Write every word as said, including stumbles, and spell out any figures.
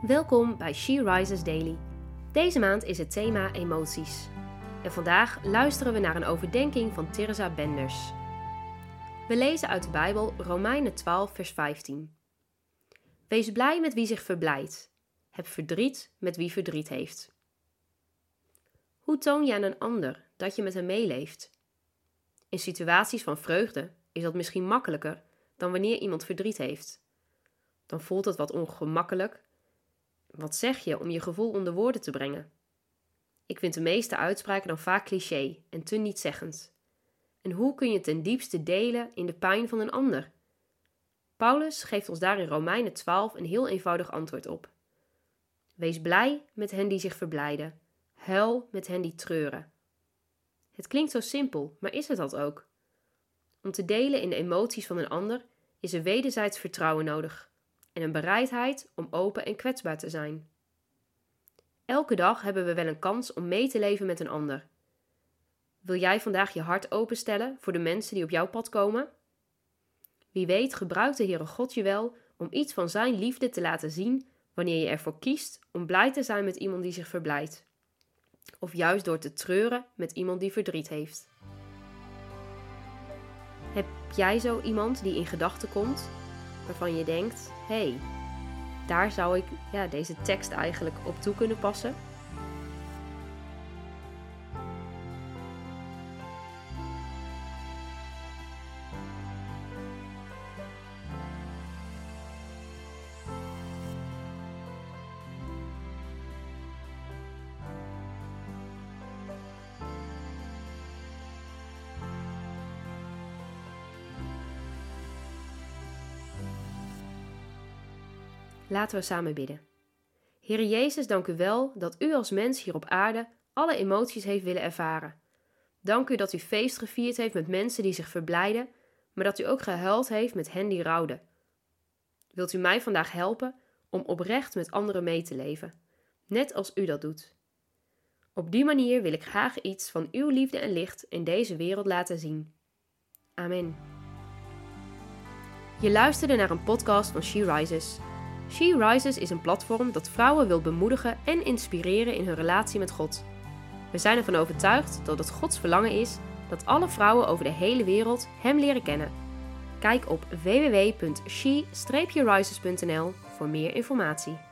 Welkom bij She Rises Daily. Deze maand is het thema emoties. En vandaag luisteren we naar een overdenking van Teresa Benders. We lezen uit de Bijbel Romeinen twaalf vers vijftien. Wees blij met wie zich verblijdt. Heb verdriet met wie verdriet heeft. Hoe toon je aan een ander dat je met hem meeleeft? In situaties van vreugde is dat misschien makkelijker dan wanneer iemand verdriet heeft. Dan voelt het wat ongemakkelijk. Wat zeg je om je gevoel onder woorden te brengen? Ik vind de meeste uitspraken dan vaak cliché en te nietzeggend. En hoe kun je ten diepste delen in de pijn van een ander? Paulus geeft ons daar in Romeinen twaalf een heel eenvoudig antwoord op. Wees blij met hen die zich verblijden. Huil met hen die treuren. Het klinkt zo simpel, maar is het dat ook? Om te delen in de emoties van een ander is er wederzijds vertrouwen nodig en een bereidheid om open en kwetsbaar te zijn. Elke dag hebben we wel een kans om mee te leven met een ander. Wil jij vandaag je hart openstellen voor de mensen die op jouw pad komen? Wie weet gebruikt de Heere God je wel om iets van zijn liefde te laten zien wanneer je ervoor kiest om blij te zijn met iemand die zich verblijdt. Of juist door te treuren met iemand die verdriet heeft. Heb jij zo iemand die in gedachten komt, waarvan je denkt, hé, hey, daar zou ik ja, deze tekst eigenlijk op toe kunnen passen? Laten we samen bidden. Heere Jezus, dank u wel dat u als mens hier op aarde alle emoties heeft willen ervaren. Dank u dat u feest gevierd heeft met mensen die zich verblijden, maar dat u ook gehuild heeft met hen die rouwden. Wilt u mij vandaag helpen om oprecht met anderen mee te leven, net als u dat doet. Op die manier wil ik graag iets van uw liefde en licht in deze wereld laten zien. Amen. Je luisterde naar een podcast van She Rises. She Rises is een platform dat vrouwen wil bemoedigen en inspireren in hun relatie met God. We zijn ervan overtuigd dat het Gods verlangen is dat alle vrouwen over de hele wereld Hem leren kennen. Kijk op w w w punt she rises punt n l voor meer informatie.